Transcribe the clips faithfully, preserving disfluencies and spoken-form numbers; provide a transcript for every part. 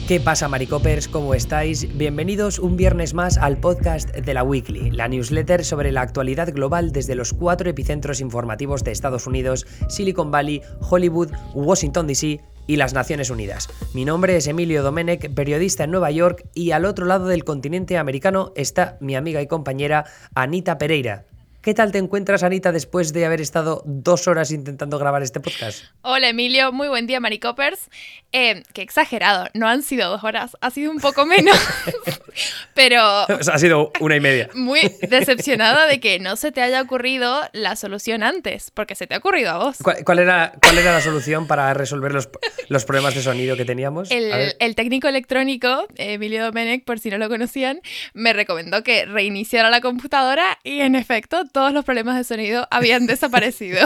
¿Qué pasa, Maricopers? ¿Cómo estáis? Bienvenidos un viernes más al podcast de la Weekly, la newsletter sobre la actualidad global desde los cuatro epicentros informativos de Estados Unidos, Silicon Valley, Hollywood, Washington D C y las Naciones Unidas. Mi nombre es Emilio Domenech, periodista en Nueva York, y al otro lado del continente americano está mi amiga y compañera Anita Pereira. ¿Qué tal te encuentras, Anita, después de haber estado dos horas intentando grabar este podcast? Hola, Emilio. Muy buen día, Maricopers. Eh, qué exagerado. No han sido dos horas. Ha sido un poco menos. Pero... O sea, ha sido una y media. Muy decepcionada de que no se te haya ocurrido la solución antes, porque se te ha ocurrido a vos. ¿Cuál, cuál, era, cuál era la solución para resolver los, los problemas de sonido que teníamos? El, el técnico electrónico, Emilio Domenech, por si no lo conocían, me recomendó que reiniciara la computadora y, en efecto, todos los problemas de sonido habían desaparecido.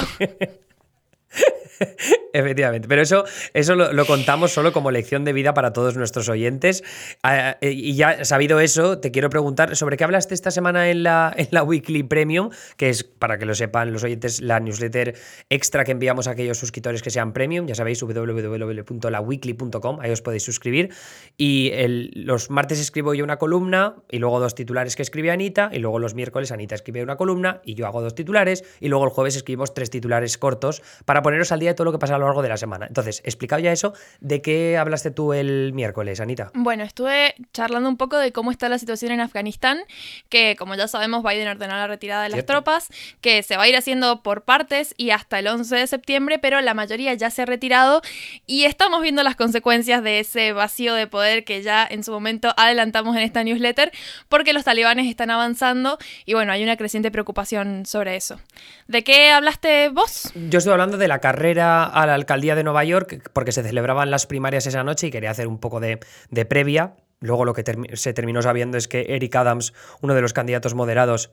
Efectivamente, pero eso, eso lo, lo contamos solo como lección de vida para todos nuestros oyentes. Uh, y ya sabido eso, te quiero preguntar sobre qué hablaste esta semana en la, en la Weekly Premium, que es, para que lo sepan los oyentes, la newsletter extra que enviamos a aquellos suscriptores que sean Premium. Ya sabéis, doble u doble u doble u punto la weekly punto com, ahí os podéis suscribir. Y el, los martes escribo yo una columna y luego dos titulares que escribe Anita, y luego los miércoles Anita escribe una columna y yo hago dos titulares, y luego el jueves escribimos tres titulares cortos para poneros al día de todo lo que pasa a lo largo de la semana. Entonces, explicado ya eso, ¿de qué hablaste tú el miércoles, Anita? Bueno, estuve charlando un poco de cómo está la situación en Afganistán, que como ya sabemos Biden ordenó la retirada de las Cierto. tropas, que se va a ir haciendo por partes y hasta el once de septiembre, pero la mayoría ya se ha retirado y estamos viendo las consecuencias de ese vacío de poder que ya en su momento adelantamos en esta newsletter, porque los talibanes están avanzando y bueno, hay una creciente preocupación sobre eso. ¿De qué hablaste vos? Yo estoy hablando de la carrera a la alcaldía de Nueva York, porque se celebraban las primarias esa noche y quería hacer un poco de, de previa. Luego lo que termi- se terminó sabiendo es que Eric Adams, uno de los candidatos moderados,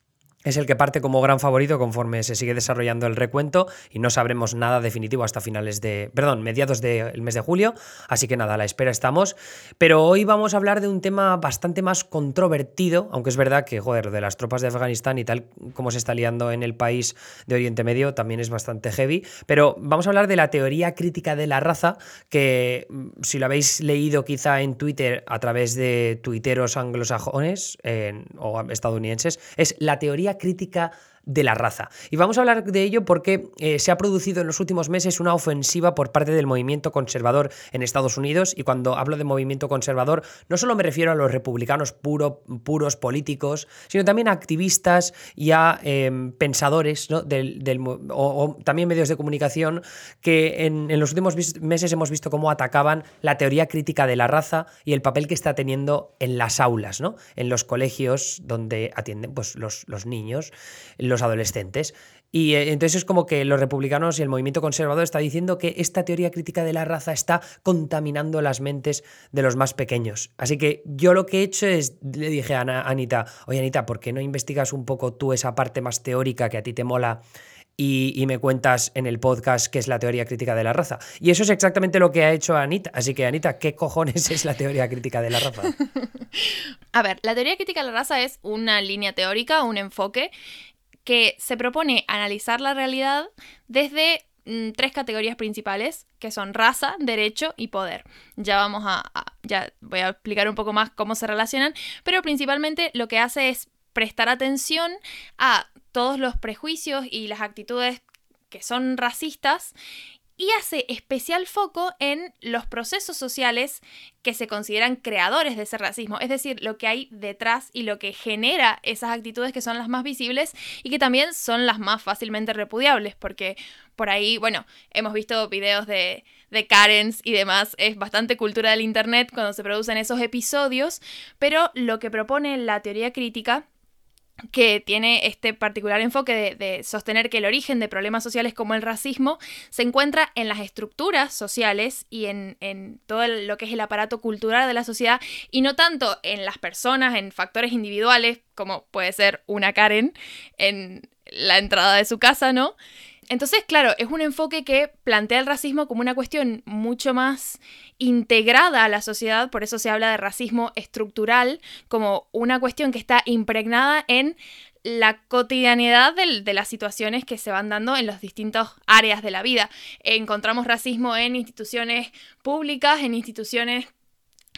es el que parte como gran favorito conforme se sigue desarrollando el recuento, y no sabremos nada definitivo hasta finales de... Perdón, mediados del mes de julio, así que nada, a la espera estamos. Pero hoy vamos a hablar de un tema bastante más controvertido, aunque es verdad que, joder, de las tropas de Afganistán y tal como se está liando en el país de Oriente Medio también es bastante heavy. Pero vamos a hablar de la teoría crítica de la raza, que si lo habéis leído quizá en Twitter a través de tuiteros anglosajones eh, o estadounidenses, es la teoría crítica de la raza. Y vamos a hablar de ello porque eh, se ha producido en los últimos meses una ofensiva por parte del movimiento conservador en Estados Unidos, y cuando hablo de movimiento conservador no solo me refiero a los republicanos puro, puros políticos, sino también a activistas y a eh, pensadores, ¿no? del, del, o, o también medios de comunicación que en, en los últimos meses hemos visto cómo atacaban la teoría crítica de la raza y el papel que está teniendo en las aulas, ¿no? En los colegios donde atienden pues, los, los niños, los adolescentes. Y eh, entonces es como que los republicanos y el movimiento conservador está diciendo que esta teoría crítica de la raza está contaminando las mentes de los más pequeños. Así que yo lo que he hecho es, le dije a Ana, Anita, oye Anita, ¿por qué no investigas un poco tú esa parte más teórica que a ti te mola y, y me cuentas en el podcast qué es la teoría crítica de la raza? Y eso es exactamente lo que ha hecho Anita. Así que, Anita, ¿qué cojones es la teoría crítica de la raza? A ver, la teoría crítica de la raza es una línea teórica, un enfoque que se propone analizar la realidad desde mm, tres categorías principales, que son raza, derecho y poder. Ya vamos a, a... ya voy a explicar un poco más cómo se relacionan, pero principalmente lo que hace es prestar atención a todos los prejuicios y las actitudes que son racistas, y hace especial foco en los procesos sociales que se consideran creadores de ese racismo, es decir, lo que hay detrás y lo que genera esas actitudes que son las más visibles y que también son las más fácilmente repudiables, porque por ahí, bueno, hemos visto videos de, de Karens y demás, es bastante cultura del internet cuando se producen esos episodios, pero lo que propone la teoría crítica, que tiene este particular enfoque de, de sostener que el origen de problemas sociales como el racismo se encuentra en las estructuras sociales y en, en todo el, lo que es el aparato cultural de la sociedad, y no tanto en las personas, en factores individuales, como puede ser una Karen en la entrada de su casa, ¿no? Entonces, claro, es un enfoque que plantea el racismo como una cuestión mucho más integrada a la sociedad, por eso se habla de racismo estructural, como una cuestión que está impregnada en la cotidianidad de, de las situaciones que se van dando en las distintas áreas de la vida. Encontramos racismo en instituciones públicas, en instituciones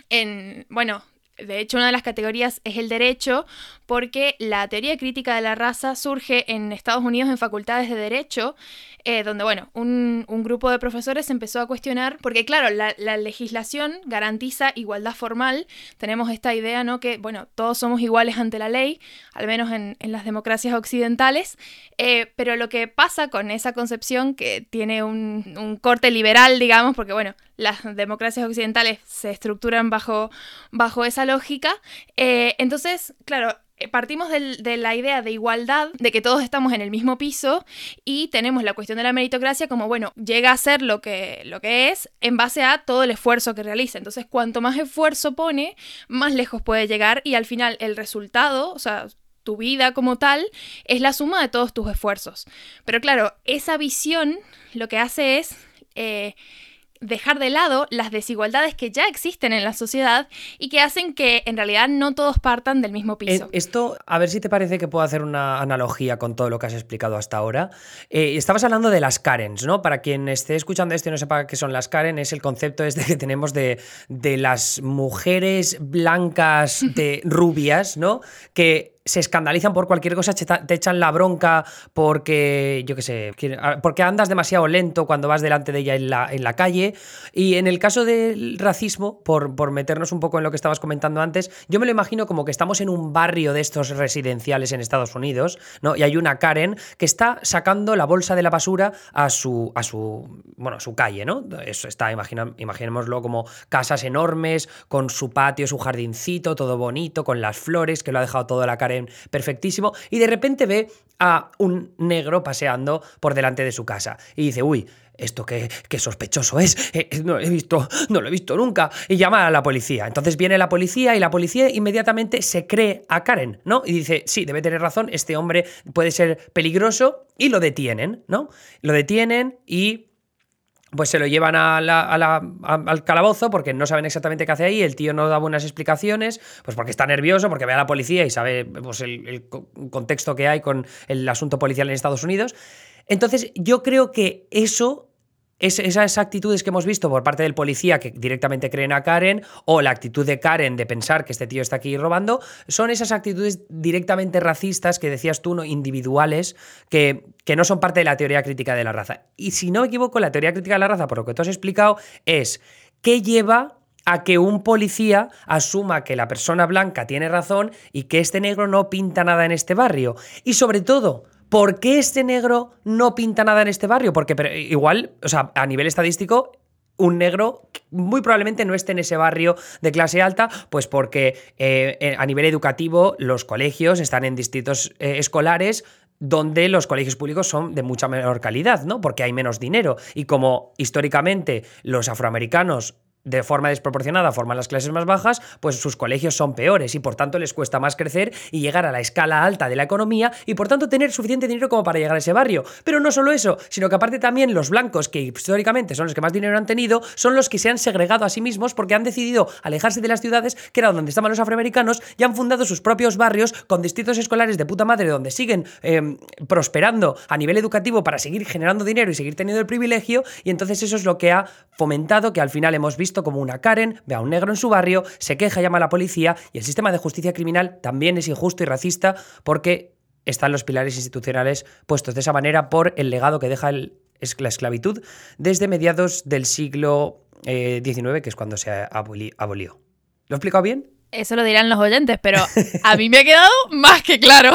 en, bueno, de hecho una de las categorías es el derecho, porque la teoría crítica de la raza surge en Estados Unidos en facultades de derecho, eh, donde, bueno, un, un grupo de profesores empezó a cuestionar, porque claro, la, la legislación garantiza igualdad formal, tenemos esta idea, ¿no?, que, bueno, todos somos iguales ante la ley, al menos en, en las democracias occidentales, eh, pero lo que pasa con esa concepción, que tiene un, un corte liberal, digamos, porque, bueno, las democracias occidentales se estructuran bajo, bajo esa lógica, eh, entonces, claro, partimos del, de la idea de igualdad, de que todos estamos en el mismo piso, y tenemos la cuestión de la meritocracia como, bueno, llega a ser lo que, lo que es en base a todo el esfuerzo que realiza. Entonces, cuanto más esfuerzo pone, más lejos puede llegar, y al final el resultado, o sea, tu vida como tal, es la suma de todos tus esfuerzos. Pero claro, esa visión lo que hace es Eh, dejar de lado las desigualdades que ya existen en la sociedad y que hacen que en realidad no todos partan del mismo piso. Esto, a ver si te parece que puedo hacer una analogía con todo lo que has explicado hasta ahora. Eh, estabas hablando de las Karens, ¿no? Para quien esté escuchando esto y no sepa qué son las Karen, es el concepto este que tenemos de, de las mujeres blancas de rubias, ¿no? Que se escandalizan por cualquier cosa, te echan la bronca porque, yo qué sé, porque andas demasiado lento cuando vas delante de ella en la, en la calle. Y en el caso del racismo, por, por meternos un poco en lo que estabas comentando antes, yo me lo imagino como que estamos en un barrio de estos residenciales en Estados Unidos, ¿no? Y hay una Karen que está sacando la bolsa de la basura a su, a su, bueno, a su calle, ¿no? Eso está, imagina, imaginémoslo como casas enormes, con su patio, su jardincito, todo bonito, con las flores, que lo ha dejado todo la Karen perfectísimo, y de repente ve a un negro paseando por delante de su casa y dice, uy, esto qué, qué sospechoso es, eh, no lo he visto, no lo he visto nunca, y llama a la policía. Entonces viene la policía y la policía inmediatamente se cree a Karen, ¿no? Y dice, sí, debe tener razón, este hombre puede ser peligroso, y lo detienen, ¿no? Lo detienen y pues se lo llevan a la, a la, a, al calabozo porque no saben exactamente qué hace ahí, el tío no da buenas explicaciones, pues porque está nervioso, porque ve a la policía y sabe pues, el, el contexto que hay con el asunto policial en Estados Unidos. Entonces yo creo que eso... Es, esas actitudes que hemos visto por parte del policía que directamente creen a Karen, o la actitud de Karen de pensar que este tío está aquí robando, son esas actitudes directamente racistas que decías tú, ¿no? Individuales, que, que no son parte de la teoría crítica de la raza. Y si no me equivoco, la teoría crítica de la raza, por lo que tú has explicado, es ¿qué lleva a que un policía asuma que la persona blanca tiene razón y que este negro no pinta nada en este barrio? Y sobre todo, ¿por qué este negro no pinta nada en este barrio? Porque pero, igual, o sea, a nivel estadístico, un negro muy probablemente no esté en ese barrio de clase alta, pues porque eh, a nivel educativo los colegios están en distritos eh, escolares donde los colegios públicos son de mucha menor calidad, ¿no? Porque hay menos dinero. Y como históricamente los afroamericanos de forma desproporcionada forman las clases más bajas, pues sus colegios son peores y por tanto les cuesta más crecer y llegar a la escala alta de la economía y por tanto tener suficiente dinero como para llegar a ese barrio. Pero no solo eso, sino que aparte también los blancos, que históricamente son los que más dinero han tenido, son los que se han segregado a sí mismos porque han decidido alejarse de las ciudades, que era donde estaban los afroamericanos, y han fundado sus propios barrios con distritos escolares de puta madre donde siguen eh, prosperando a nivel educativo para seguir generando dinero y seguir teniendo el privilegio, y entonces eso es lo que ha fomentado que al final hemos visto como una Karen ve a un negro en su barrio, se queja, llama a la policía, y el sistema de justicia criminal también es injusto y racista porque están los pilares institucionales puestos de esa manera por el legado que deja el, es la esclavitud desde mediados del siglo eh, diecinueve, que es cuando se aboli, abolió. ¿Lo he explicado bien? Eso lo dirán los oyentes, pero a mí me ha quedado más que claro.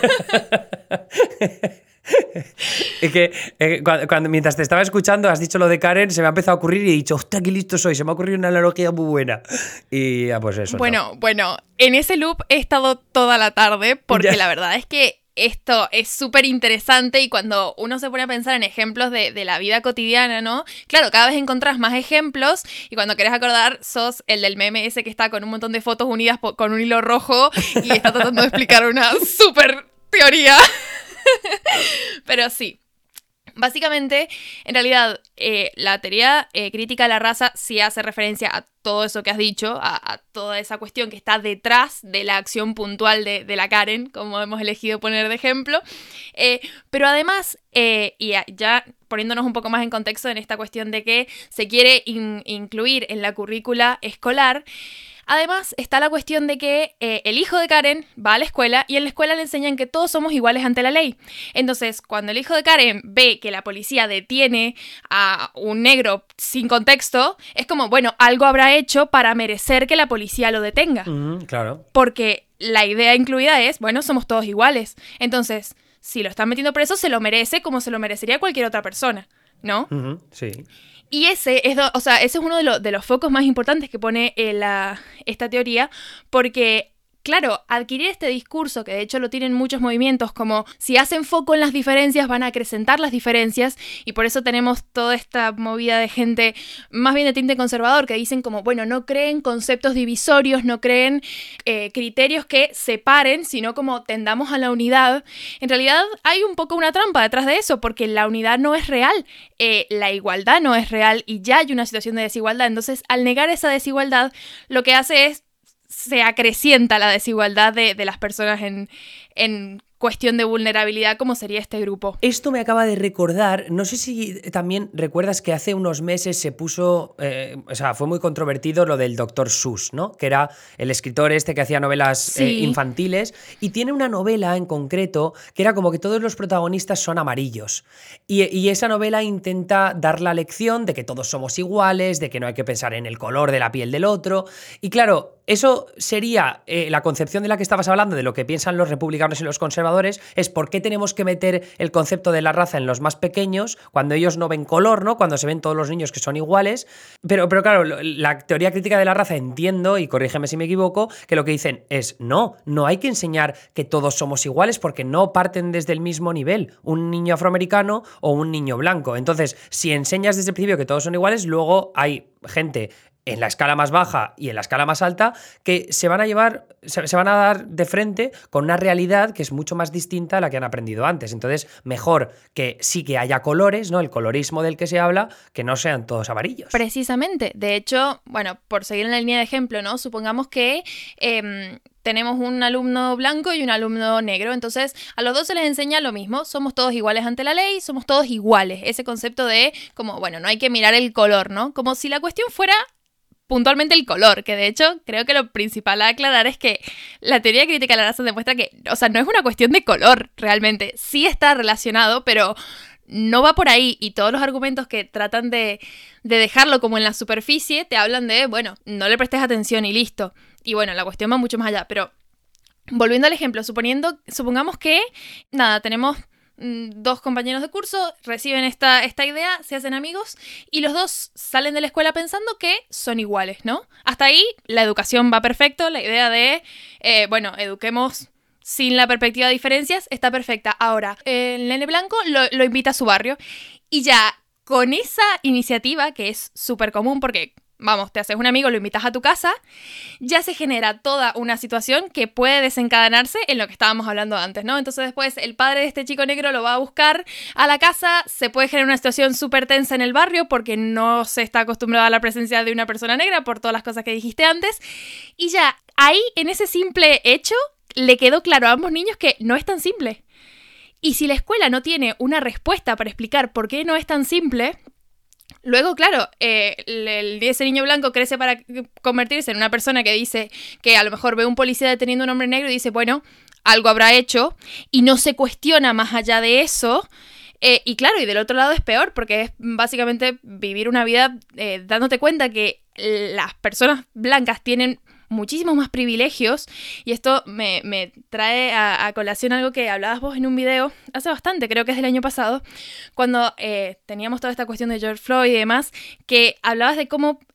Es que eh, cuando, cuando, mientras te estaba escuchando has dicho lo de Karen, se me ha empezado a ocurrir y he dicho, hostia, qué listo soy, se me ha ocurrido una analogía muy buena. Y ya, pues eso. Bueno, no. bueno, en ese loop he estado toda la tarde porque ya. La verdad es que esto es súper interesante y cuando uno se pone a pensar en ejemplos de, de la vida cotidiana, ¿no? Claro, cada vez encontrás más ejemplos y cuando querés acordar sos el del meme ese que está con un montón de fotos unidas po- con un hilo rojo y está tratando de explicar una súper teoría. Pero sí, Básicamente, en realidad, eh, la teoría eh, crítica de la raza sí hace referencia a todo eso que has dicho, a, a toda esa cuestión que está detrás de la acción puntual de, de la Karen, como hemos elegido poner de ejemplo. Eh, pero además, eh, y ya poniéndonos un poco más en contexto en esta cuestión de que se quiere in- incluir en la currícula escolar, además está la cuestión de que eh, el hijo de Karen va a la escuela y en la escuela le enseñan que todos somos iguales ante la ley. Entonces, cuando el hijo de Karen ve que la policía detiene a un negro sin contexto, es como, bueno, algo habrá hecho para merecer que la policía lo detenga. Mm, claro. Porque la idea incluida es, bueno, somos todos iguales. Entonces, si lo están metiendo preso, se lo merece como se lo merecería cualquier otra persona, ¿no? Uh-huh, sí. Y ese es, do, o sea, ese es uno de, lo, de los focos más importantes que pone eh, la, esta teoría, porque, claro, adquirir este discurso, que de hecho lo tienen muchos movimientos, como si hacen foco en las diferencias, van a acrecentar las diferencias, y por eso tenemos toda esta movida de gente más bien de tinte conservador, que dicen como, bueno, no creen conceptos divisorios, no creen eh, criterios que separen, sino como tendamos a la unidad. En realidad hay un poco una trampa detrás de eso, porque la unidad no es real, eh, la igualdad no es real, y ya hay una situación de desigualdad. Entonces, al negar esa desigualdad, lo que hace es se acrecienta la desigualdad de, de las personas en, en cuestión de vulnerabilidad, como sería este grupo. Esto me acaba de recordar, no sé si también recuerdas que hace unos meses se puso, eh, o sea, fue muy controvertido lo del doctor Seuss, ¿no? Que era el escritor este que hacía novelas sí. eh, infantiles, y tiene una novela en concreto que era como que todos los protagonistas son amarillos. Y, y esa novela intenta dar la lección de que todos somos iguales, de que no hay que pensar en el color de la piel del otro. Y claro, eso sería eh, la concepción de la que estabas hablando, de lo que piensan los republicanos y los conservadores, es por qué tenemos que meter el concepto de la raza en los más pequeños cuando ellos no ven color, ¿no? Cuando se ven todos los niños que son iguales. Pero, pero claro, la teoría crítica de la raza, entiendo, y corrígeme si me equivoco, que lo que dicen es no, no hay que enseñar que todos somos iguales porque no parten desde el mismo nivel un niño afroamericano o un niño blanco. Entonces, si enseñas desde el principio que todos son iguales, luego hay gente en la escala más baja y en la escala más alta, que se van a llevar, se, se van a dar de frente con una realidad que es mucho más distinta a la que han aprendido antes. Entonces, mejor que sí que haya colores, ¿no? El colorismo del que se habla, que no sean todos amarillos. Precisamente. De hecho, bueno, por seguir en la línea de ejemplo, ¿no? Supongamos que eh, tenemos un alumno blanco y un alumno negro, entonces a los dos se les enseña lo mismo, somos todos iguales ante la ley, somos todos iguales. Ese concepto de, como, bueno, no hay que mirar el color, ¿no? Como si la cuestión fuera puntualmente el color, que de hecho creo que lo principal a aclarar es que la teoría crítica de la raza demuestra que, o sea, no es una cuestión de color realmente, sí está relacionado, pero no va por ahí, y todos los argumentos que tratan de, de dejarlo como en la superficie te hablan de, bueno, no le prestes atención y listo. Y bueno, la cuestión va mucho más allá, pero volviendo al ejemplo, suponiendo, supongamos que, nada, tenemos dos compañeros de curso, reciben esta, esta idea, se hacen amigos y los dos salen de la escuela pensando que son iguales, ¿no? Hasta ahí la educación va perfecto, la idea de, eh, bueno, eduquemos sin la perspectiva de diferencias está perfecta. Ahora, el nene blanco lo, lo invita a su barrio y ya con esa iniciativa, que es súper común porque, vamos, te haces un amigo, lo invitas a tu casa, ya se genera toda una situación que puede desencadenarse en lo que estábamos hablando antes, ¿no? Entonces después el padre de este chico negro lo va a buscar a la casa, se puede generar una situación súper tensa en el barrio porque no se está acostumbrado a la presencia de una persona negra por todas las cosas que dijiste antes, y ya ahí, en ese simple hecho, le quedó claro a ambos niños que no es tan simple. Y si la escuela no tiene una respuesta para explicar por qué no es tan simple, luego, claro, eh, el, ese niño blanco crece para convertirse en una persona que dice que a lo mejor ve un policía deteniendo a un hombre negro y dice, bueno, algo habrá hecho, y no se cuestiona más allá de eso. Eh, y claro, y del otro lado es peor, porque es básicamente vivir una vida eh, dándote cuenta que las personas blancas tienen muchísimos más privilegios, y esto me, me trae a, a colación algo que hablabas vos en un video hace bastante, creo que es del año pasado, cuando eh, teníamos toda esta cuestión de George Floyd y demás, que hablabas de cómo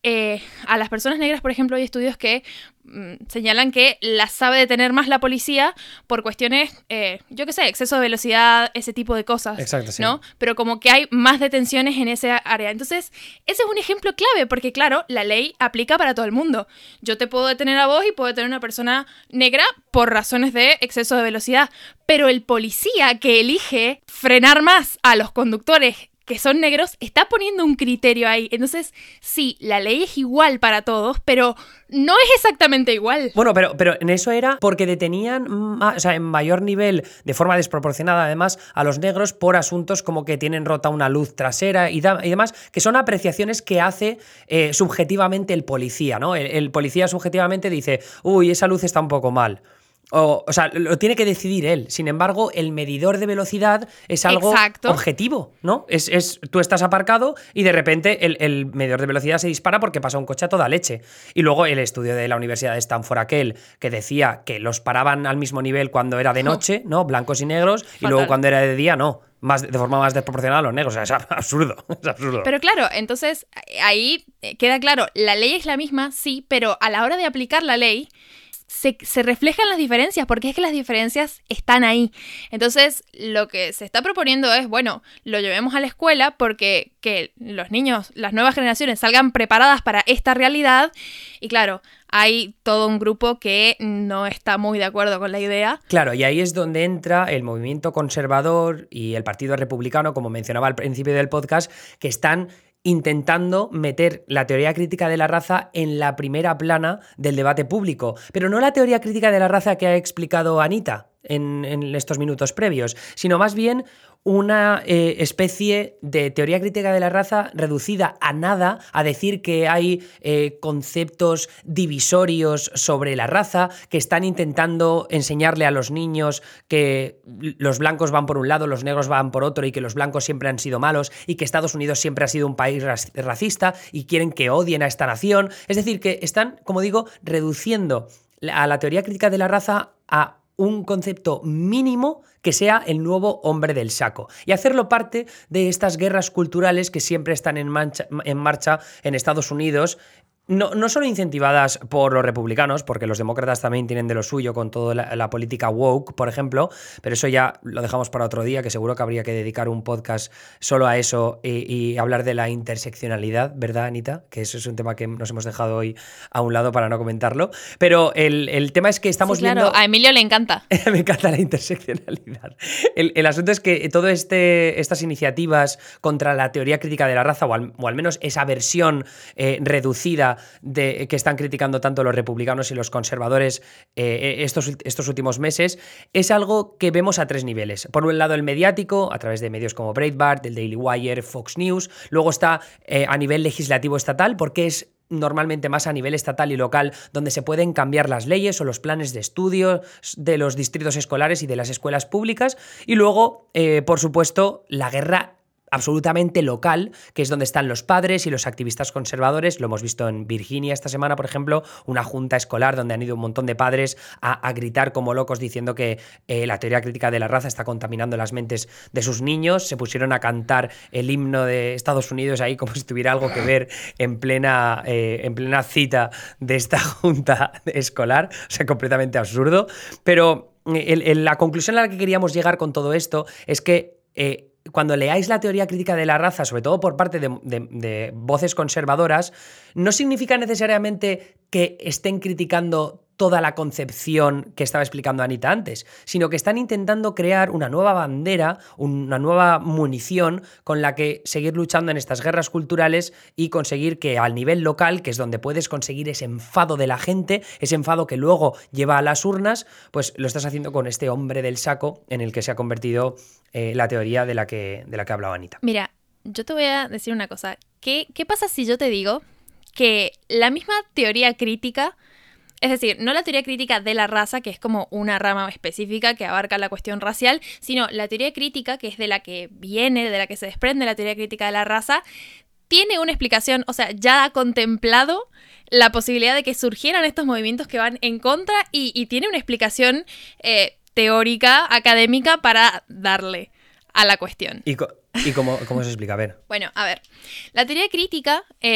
eh, a las personas negras, por ejemplo, hay estudios que mm, señalan que las sabe detener más la policía por cuestiones, eh, yo qué sé, exceso de velocidad, ese tipo de cosas. Exacto, sí. ¿No? Pero como que hay más detenciones en esa área. Entonces, ese es un ejemplo clave, porque claro, la ley aplica para todo el mundo. Yo te puedo detener a vos y puedo detener a una persona negra por razones de exceso de velocidad. Pero el policía que elige frenar más a los conductores que son negros, está poniendo un criterio ahí. Entonces, sí, la ley es igual para todos, pero no es exactamente igual. Bueno, pero, pero en eso era porque detenían más, o sea, en mayor nivel, de forma desproporcionada además, a los negros por asuntos como que tienen rota una luz trasera y, da, y demás, que son apreciaciones que hace eh, subjetivamente el policía, ¿no? El, el policía subjetivamente dice, uy, esa luz está un poco mal. O, o sea, lo tiene que decidir él. Sin embargo, el medidor de velocidad es algo Exacto. objetivo, ¿no? Es, es, tú estás aparcado y de repente el, el medidor de velocidad se dispara porque pasa un coche a toda leche. Y luego el estudio de la Universidad de Stanford, aquel que decía que los paraban al mismo nivel cuando era de noche, ¿no? Blancos y negros, Fatal. Y luego cuando era de día, no. Más, de forma más desproporcionada a los negros. O sea, es absurdo, es absurdo. Pero claro, entonces ahí queda claro, la ley es la misma, sí, pero a la hora de aplicar la ley Se, se reflejan las diferencias, porque es que las diferencias están ahí. Entonces, lo que se está proponiendo es, bueno, lo llevemos a la escuela porque que los niños, las nuevas generaciones salgan preparadas para esta realidad. Y claro, hay todo un grupo que no está muy de acuerdo con la idea. Claro, y ahí es donde entra el movimiento conservador y el Partido Republicano, como mencionaba al principio del podcast, que están intentando meter la teoría crítica de la raza en la primera plana del debate público. Pero no la teoría crítica de la raza que ha explicado Anita en, en estos minutos previos, sino más bien una eh, especie de teoría crítica de la raza reducida a nada, a decir que hay eh, conceptos divisorios sobre la raza, que están intentando enseñarle a los niños que los blancos van por un lado, los negros van por otro y que los blancos siempre han sido malos y que Estados Unidos siempre ha sido un país racista y quieren que odien a esta nación. Es decir, que están, como digo, reduciendo a la teoría crítica de la raza a un concepto mínimo que sea el nuevo hombre del saco y hacerlo parte de estas guerras culturales que siempre están en, mancha, en marcha en Estados Unidos. No, no solo incentivadas por los republicanos, porque los demócratas también tienen de lo suyo con toda la, la política woke, por ejemplo, pero eso ya lo dejamos para otro día, que seguro que habría que dedicar un podcast solo a eso y, y hablar de la interseccionalidad, ¿verdad, Anita? Que eso es un tema que nos hemos dejado hoy a un lado para no comentarlo. Pero el, el tema es que estamos sí, claro. viendo... A Emilio le encanta. Me encanta la interseccionalidad. El, el asunto es que todas este, estas iniciativas contra la teoría crítica de la raza, o al, o al menos esa versión eh, reducida de, que están criticando tanto los republicanos y los conservadores eh, estos, estos últimos meses, es algo que vemos a tres niveles. Por un lado, el mediático, a través de medios como Breitbart, el Daily Wire, Fox News. Luego está eh, a nivel legislativo estatal, porque es normalmente más a nivel estatal y local, donde se pueden cambiar las leyes o los planes de estudio de los distritos escolares y de las escuelas públicas. Y luego, eh, por supuesto, la guerra absolutamente local, que es donde están los padres y los activistas conservadores. Lo hemos visto en Virginia esta semana, por ejemplo, una junta escolar donde han ido un montón de padres a, a gritar como locos diciendo que eh, la teoría crítica de la raza está contaminando las mentes de sus niños. Se pusieron a cantar el himno de Estados Unidos ahí como si tuviera algo que ver en plena, eh, en plena cita de esta junta escolar. O sea, completamente absurdo. Pero el, el, la conclusión a la que queríamos llegar con todo esto es que eh, cuando leáis la teoría crítica de la raza, sobre todo por parte de, de, de voces conservadoras, no significa necesariamente que estén criticando toda la concepción que estaba explicando Anita antes, sino que están intentando crear una nueva bandera, una nueva munición con la que seguir luchando en estas guerras culturales y conseguir que al nivel local, que es donde puedes conseguir ese enfado de la gente, ese enfado que luego lleva a las urnas, pues lo estás haciendo con este hombre del saco en el que se ha convertido eh, la teoría de la que, de la que hablaba Anita. Mira, yo te voy a decir una cosa. ¿Qué, qué pasa si yo te digo que la misma teoría crítica, es decir, no la teoría crítica de la raza, que es como una rama específica que abarca la cuestión racial, sino la teoría crítica, que es de la que viene, de la que se desprende la teoría crítica de la raza, tiene una explicación, o sea, ya ha contemplado la posibilidad de que surgieran estos movimientos que van en contra y, y tiene una explicación eh, teórica, académica para darle a la cuestión. ¿Y, co- y cómo, cómo se explica? A ver. Bueno, a ver, la teoría crítica... Eh,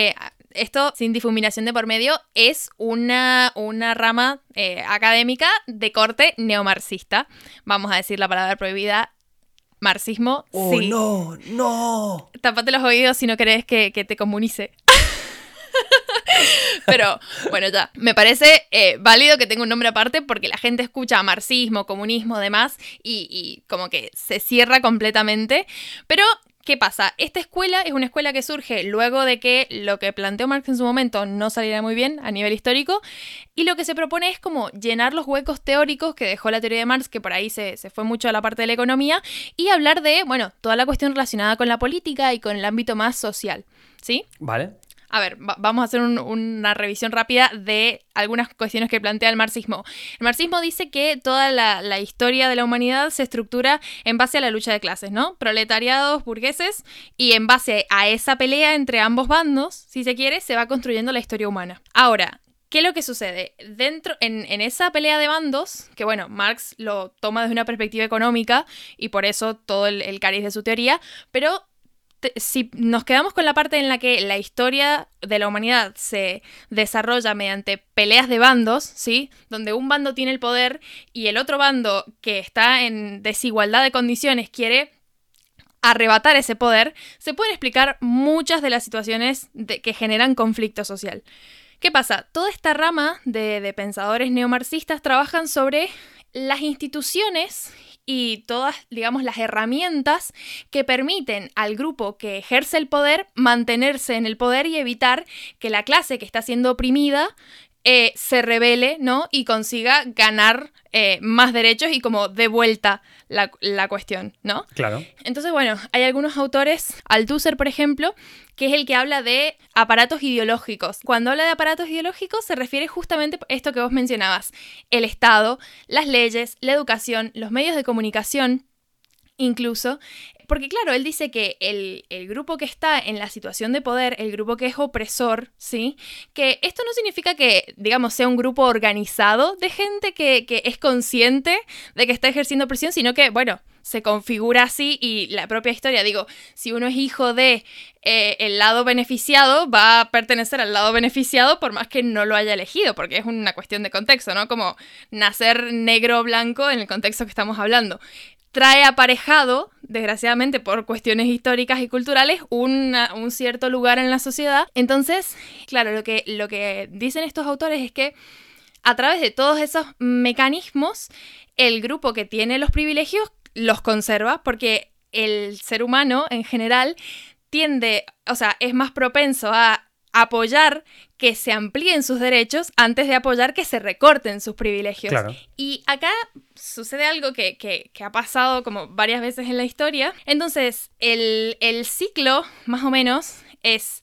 esto, sin difuminación de por medio, es una, una rama eh, académica de corte neomarxista. Vamos a decir la palabra prohibida. Marxismo, ¡Oh, sí. no! ¡No! Tápate los oídos si no querés que, que te comunice. Pero, bueno, ya. Me parece eh, válido que tenga un nombre aparte porque la gente escucha marxismo, comunismo, demás, y, y como que se cierra completamente. Pero, ¿qué pasa? Esta escuela es una escuela que surge luego de que lo que planteó Marx en su momento no saliera muy bien a nivel histórico, y lo que se propone es como llenar los huecos teóricos que dejó la teoría de Marx, que por ahí se, se fue mucho a la parte de la economía, y hablar de, bueno, toda la cuestión relacionada con la política y con el ámbito más social, ¿sí? Vale. A ver, va- vamos a hacer un- una revisión rápida de algunas cuestiones que plantea el marxismo. El marxismo dice que toda la, la historia de la humanidad se estructura en base a la lucha de clases, ¿no? Proletariados, burgueses, y en base a esa pelea entre ambos bandos, si se quiere, se va construyendo la historia humana. Ahora, ¿qué es lo que sucede? Dentro, en, en esa pelea de bandos, que bueno, Marx lo toma desde una perspectiva económica y por eso todo el, el cariz de su teoría, pero te- si nos quedamos con la parte en la que la historia de la humanidad se desarrolla mediante peleas de bandos, ¿sí? Donde un bando tiene el poder y el otro bando, que está en desigualdad de condiciones, quiere arrebatar ese poder, se pueden explicar muchas de las situaciones de- que generan conflicto social. ¿Qué pasa? Toda esta rama de, de pensadores neomarxistas trabajan sobre las instituciones y todas, digamos, las herramientas que permiten al grupo que ejerce el poder mantenerse en el poder y evitar que la clase que está siendo oprimida eh, se rebele, ¿no? Y consiga ganar eh, más derechos y como de vuelta la, la cuestión, ¿no? Claro. Entonces, bueno, hay algunos autores, Althusser, por ejemplo, que es el que habla de aparatos ideológicos. Cuando habla de aparatos ideológicos se refiere justamente a esto que vos mencionabas, el Estado, las leyes, la educación, los medios de comunicación, incluso, porque claro, él dice que el, el grupo que está en la situación de poder, el grupo que es opresor, ¿sí? Que esto no significa que, digamos, sea un grupo organizado de gente que, que es consciente de que está ejerciendo presión, sino que, bueno, se configura así y la propia historia, digo, si uno es hijo de eh, el lado beneficiado, va a pertenecer al lado beneficiado por más que no lo haya elegido, porque es una cuestión de contexto, ¿no? Como nacer negro o blanco en el contexto que estamos hablando. Trae aparejado, desgraciadamente por cuestiones históricas y culturales, una, un cierto lugar en la sociedad. Entonces, claro, lo que, lo que dicen estos autores es que a través de todos esos mecanismos, el grupo que tiene los privilegios los conserva, porque el ser humano en general tiende, o sea, es más propenso a apoyar que se amplíen sus derechos antes de apoyar que se recorten sus privilegios. Claro. Y acá sucede algo que, que, que ha pasado como varias veces en la historia. Entonces, el, el ciclo, más o menos, es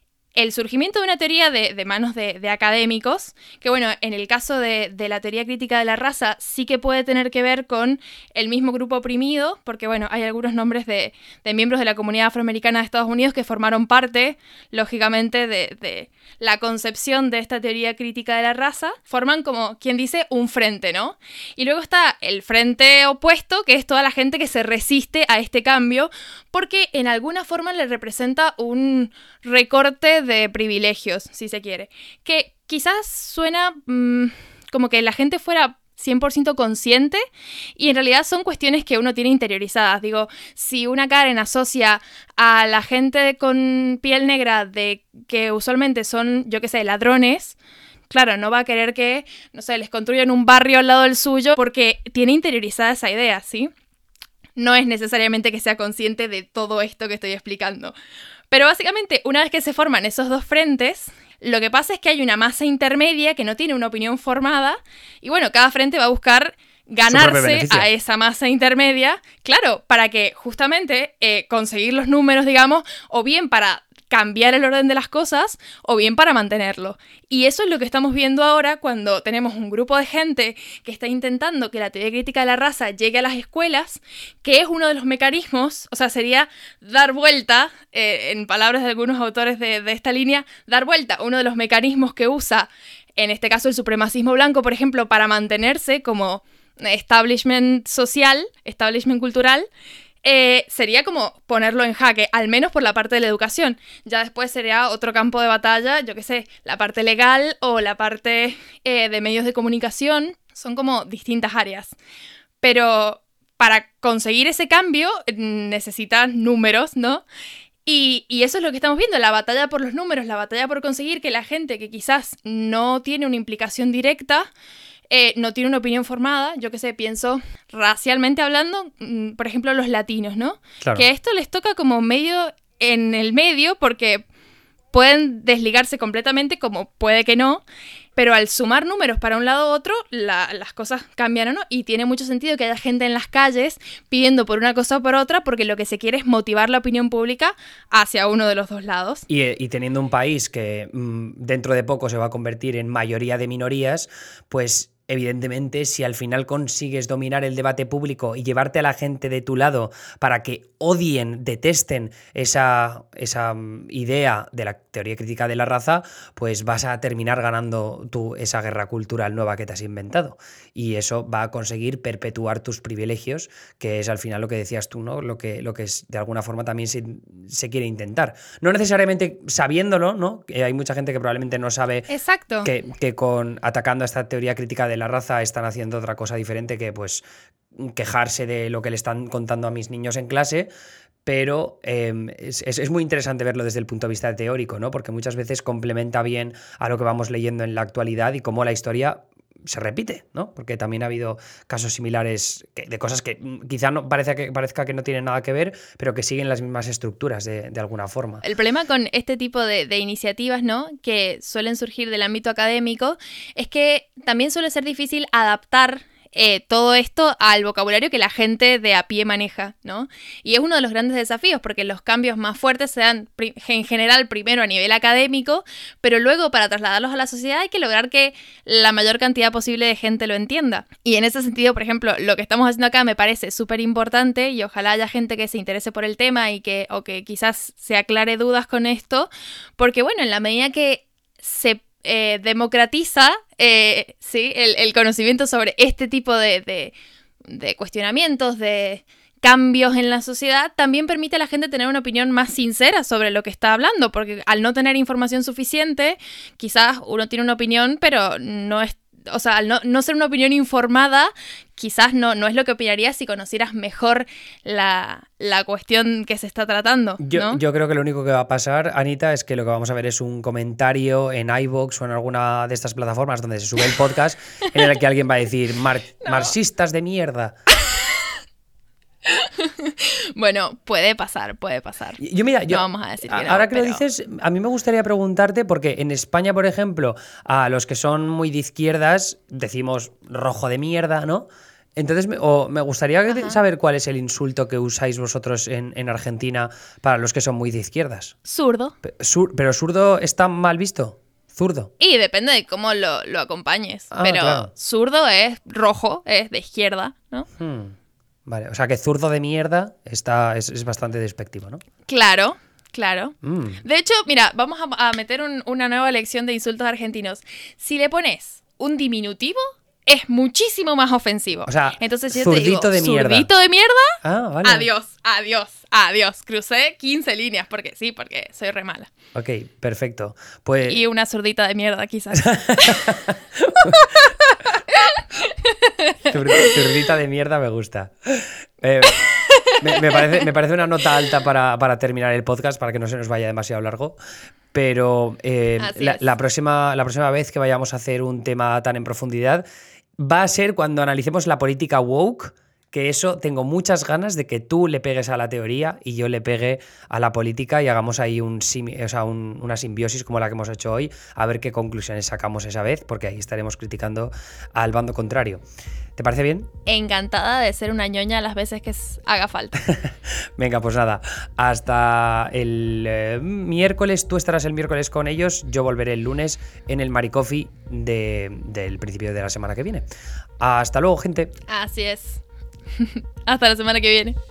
el surgimiento de una teoría de, de manos de, de académicos, que bueno, en el caso de, de la teoría crítica de la raza sí que puede tener que ver con el mismo grupo oprimido, porque bueno, hay algunos nombres de, de miembros de la comunidad afroamericana de Estados Unidos que formaron parte, lógicamente, de, de la concepción de esta teoría crítica de la raza, forman como, quien dice, un frente, ¿no? Y luego está el frente opuesto, que es toda la gente que se resiste a este cambio, porque en alguna forma le representa un recorte de privilegios, si se quiere. Que quizás suena mmm, como que la gente fuera cien por ciento consciente y en realidad son cuestiones que uno tiene interiorizadas. Digo, si una Karen asocia a la gente con piel negra de que usualmente son, yo qué sé, ladrones, claro, no va a querer que, no sé, les construyan un barrio al lado del suyo porque tiene interiorizada esa idea, ¿sí? No es necesariamente que sea consciente de todo esto que estoy explicando. Pero básicamente, una vez que se forman esos dos frentes, lo que pasa es que hay una masa intermedia que no tiene una opinión formada y bueno, cada frente va a buscar ganarse a esa masa intermedia, claro, para que justamente eh, conseguir los números, digamos, o bien para cambiar el orden de las cosas o bien para mantenerlo. Y eso es lo que estamos viendo ahora cuando tenemos un grupo de gente que está intentando que la teoría crítica de la raza llegue a las escuelas, que es uno de los mecanismos, o sea, sería dar vuelta, eh, en palabras de algunos autores de, de esta línea, dar vuelta, uno de los mecanismos que usa, en este caso el supremacismo blanco, por ejemplo, para mantenerse como establishment social, establishment cultural, eh, sería como ponerlo en jaque, al menos por la parte de la educación. Ya después sería otro campo de batalla, yo qué sé, la parte legal o la parte eh, de medios de comunicación. Son como distintas áreas. Pero para conseguir ese cambio necesitas números, ¿no? Y, y eso es lo que estamos viendo, la batalla por los números, la batalla por conseguir que la gente que quizás no tiene una implicación directa, eh, no tiene una opinión formada, yo qué sé, pienso racialmente hablando, mmm, por ejemplo, los latinos, ¿no? Claro. Que esto les toca como medio en el medio porque pueden desligarse completamente como puede que no, pero al sumar números para un lado u otro, la, las cosas cambian, ¿o no? Y tiene mucho sentido que haya gente en las calles pidiendo por una cosa o por otra, porque lo que se quiere es motivar la opinión pública hacia uno de los dos lados. Y, y teniendo un país que mmm, dentro de poco se va a convertir en mayoría de minorías, pues evidentemente, si al final consigues dominar el debate público y llevarte a la gente de tu lado para que odien, detesten esa, esa idea de la teoría crítica de la raza, pues vas a terminar ganando tú esa guerra cultural nueva que te has inventado. Y eso va a conseguir perpetuar tus privilegios, que es al final lo que decías tú, ¿no? Lo que, lo que es, de alguna forma también se, se quiere intentar. No necesariamente sabiéndolo, ¿no? Que hay mucha gente que probablemente no sabe. Exacto. Que, que con atacando a esta teoría crítica de la raza están haciendo otra cosa diferente que pues quejarse de lo que le están contando a mis niños en clase, pero eh, es, es muy interesante verlo desde el punto de vista teórico, ¿no? Porque muchas veces complementa bien a lo que vamos leyendo en la actualidad y cómo la historia se repite, ¿no? Porque también ha habido casos similares que, de cosas que quizá no parezca que, parezca que no tienen nada que ver, pero que siguen las mismas estructuras de, de alguna forma. El problema con este tipo de, de iniciativas, ¿no? Que suelen surgir del ámbito académico, es que también suele ser difícil adaptar Eh, todo esto al vocabulario que la gente de a pie maneja, ¿no? Y es uno de los grandes desafíos, porque los cambios más fuertes se dan en general primero a nivel académico, pero luego para trasladarlos a la sociedad hay que lograr que la mayor cantidad posible de gente lo entienda. Y en ese sentido, por ejemplo, lo que estamos haciendo acá me parece súper importante y ojalá haya gente que se interese por el tema y que, o que quizás se aclare dudas con esto, porque bueno, en la medida que se Eh, democratiza eh, ¿sí? el, el conocimiento sobre este tipo de, de, de cuestionamientos, de cambios en la sociedad, también permite a la gente tener una opinión más sincera sobre lo que está hablando, porque al no tener información suficiente, quizás uno tiene una opinión, pero no es, o sea, al no, no ser una opinión informada, quizás no, no es lo que opinarías si conocieras mejor la, la cuestión que se está tratando, ¿no? Yo, yo creo que lo único que va a pasar, Anita, es que lo que vamos a ver es un comentario en iVoox o en alguna de estas plataformas donde se sube el podcast en el que alguien va a decir Mar No. marxistas de mierda. Bueno, puede pasar, puede pasar. Yo, mira, yo, no vamos a decir que no, ahora que pero... lo dices, a mí me gustaría preguntarte, porque en España, por ejemplo, a los que son muy de izquierdas decimos rojo de mierda, ¿no? Entonces, me, o me gustaría Ajá. saber cuál es el insulto que usáis vosotros en, en Argentina para los que son muy de izquierdas. Zurdo. Sur, ¿Pero zurdo está mal visto? Zurdo. Y depende de cómo lo, lo acompañes. Ah, pero claro. Zurdo es rojo, es de izquierda, ¿no? Hmm. Vale, o sea que zurdo de mierda está, es, es bastante despectivo, ¿no? Claro, claro. Mm. De hecho, mira, vamos a, a meter un, una nueva lección de insultos argentinos. Si le pones un diminutivo, es muchísimo más ofensivo. O sea, entonces yo zurdito te digo, de mierda. ¿Zurdito de mierda? Ah, vale. Adiós, adiós, adiós. Crucé quince líneas, porque sí, porque soy re mala. Ok, perfecto. Pues... Y una zurdita de mierda, quizás. Zurdita de mierda me gusta. Eh, me, me, parece, me parece una nota alta para, para terminar el podcast, para que no se nos vaya demasiado largo. Pero eh, la, la, próxima, la próxima vez que vayamos a hacer un tema tan en profundidad va a ser cuando analicemos la política woke, que eso tengo muchas ganas de que tú le pegues a la teoría y yo le pegue a la política y hagamos ahí un, o sea, un, una simbiosis como la que hemos hecho hoy, a ver qué conclusiones sacamos esa vez, porque ahí estaremos criticando al bando contrario. ¿Te parece bien? Encantada de ser una ñoña las veces que haga falta. Venga, pues nada, hasta el eh, miércoles, tú estarás el miércoles con ellos, yo volveré el lunes en el Maricofi de, del principio de la semana que viene. Hasta luego, gente. Así es. Hasta la semana que viene.